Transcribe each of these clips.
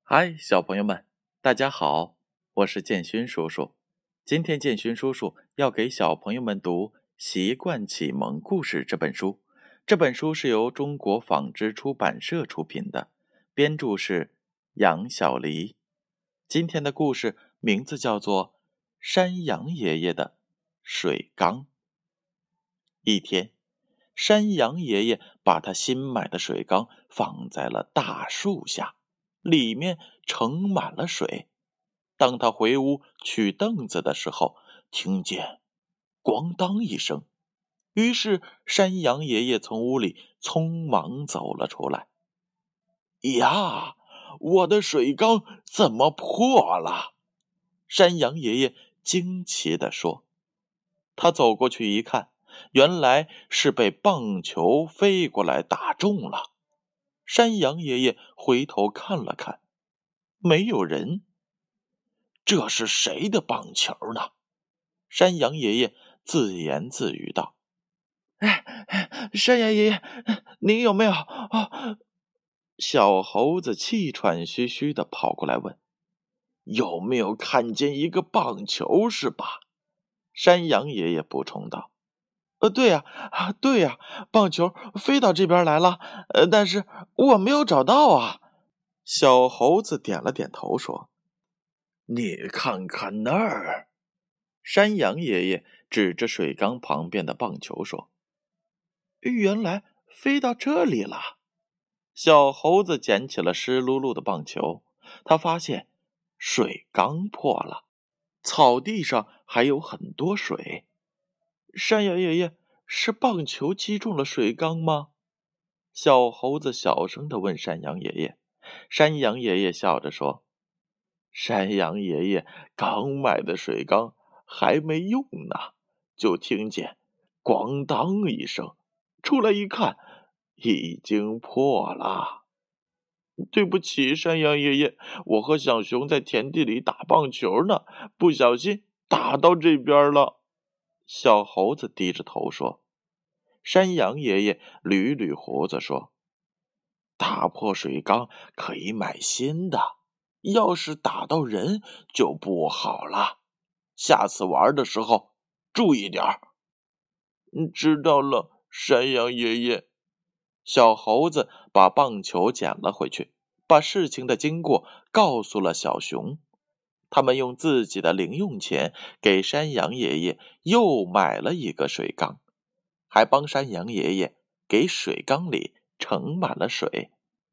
嗨，小朋友们，大家好，我是建勋叔叔。今天建勋叔叔要给小朋友们读《习惯启蒙故事》这本书。这本书是由中国纺织出版社出品的，编著是杨小黎。今天的故事名字叫做《山羊爷爷的水缸》。一天，山羊爷爷把他新买的水缸放在了大树下，里面盛满了水。当他回屋取凳子的时候，听见咣当一声，于是山羊爷爷从屋里匆忙走了出来。呀，我的水缸怎么破了？山羊爷爷惊奇地说。他走过去一看，原来是被棒球飞过来打中了。山羊爷爷回头看了看，没有人。这是谁的棒球呢？山羊爷爷自言自语道。山羊爷爷，您有没有？小猴子气喘吁吁地跑过来问。有没有看见一个棒球是吧？山羊爷爷补充道。对呀，棒球飞到这边来了，但是我没有找到啊。小猴子点了点头说。你看看那儿，山羊爷爷指着水缸旁边的棒球说。原来飞到这里了。小猴子捡起了湿漉漉的棒球，他发现水缸破了，草地上还有很多水。山羊爷爷，是棒球击中了水缸吗？小猴子小声地问山羊爷爷。山羊爷爷笑着说。山羊爷爷刚买的水缸还没用呢，就听见咣当一声，出来一看，已经破了。对不起，山羊爷爷，我和小熊在田地里打棒球呢，不小心打到这边了。小猴子低着头说。山羊爷爷捋捋胡子说。打破水缸可以买新的，要是打到人就不好了，下次玩的时候注意点儿。知道了，山羊爷爷。小猴子把棒球捡了回去，把事情的经过告诉了小熊。他们用自己的零用钱给山羊爷爷又买了一个水缸，还帮山羊爷爷给水缸里盛满了水。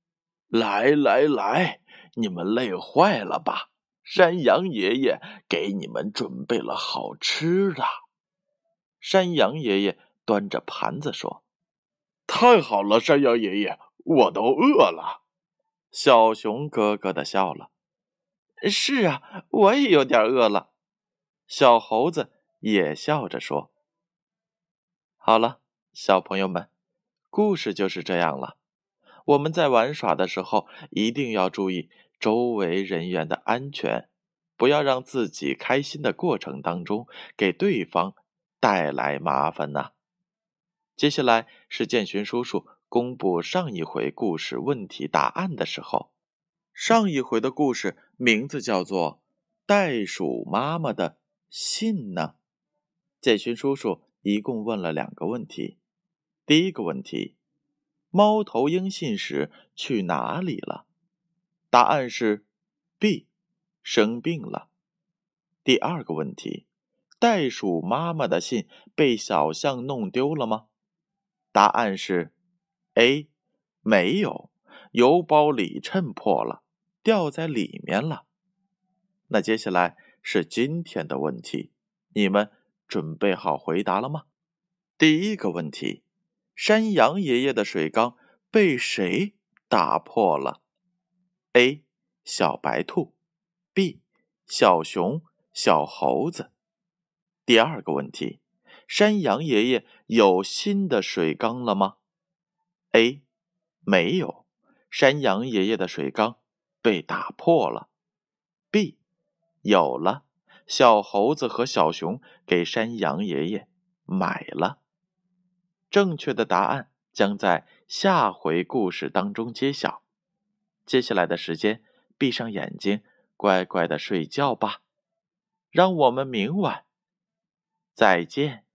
来，你们累坏了吧？山羊爷爷给你们准备了好吃的。山羊爷爷端着盘子说。太好了，山羊爷爷，我都饿了。小熊咯咯地笑了。是啊，我也有点饿了。小猴子也笑着说。好了，小朋友们，故事就是这样了。我们在玩耍的时候一定要注意周围人员的安全，不要让自己开心的过程当中给对方带来麻烦呢。接下来是建勋叔叔公布上一回故事问题答案的时候。上一回的故事名字叫做袋鼠妈妈的信呢。建勋叔叔一共问了2个问题。第一个问题，猫头鹰信使去哪里了？答案是 B， 生病了。第二个问题，袋鼠妈妈的信被小象弄丢了吗？答案是 A， 没有，邮包里衬破了，掉在里面了。那接下来是今天的问题，你们准备好回答了吗？第一个问题，山羊爷爷的水缸被谁打破了？ A， 小白兔， B， 小熊、小猴子。第二个问题，山羊爷爷有新的水缸了吗？ A， 没有，山羊爷爷的水缸被打破了。 B， 有了，小猴子和小熊给山羊爷爷买了。正确的答案将在下回故事当中揭晓。接下来的时间， 闭上眼睛，乖乖的睡觉吧。让我们明晚再见。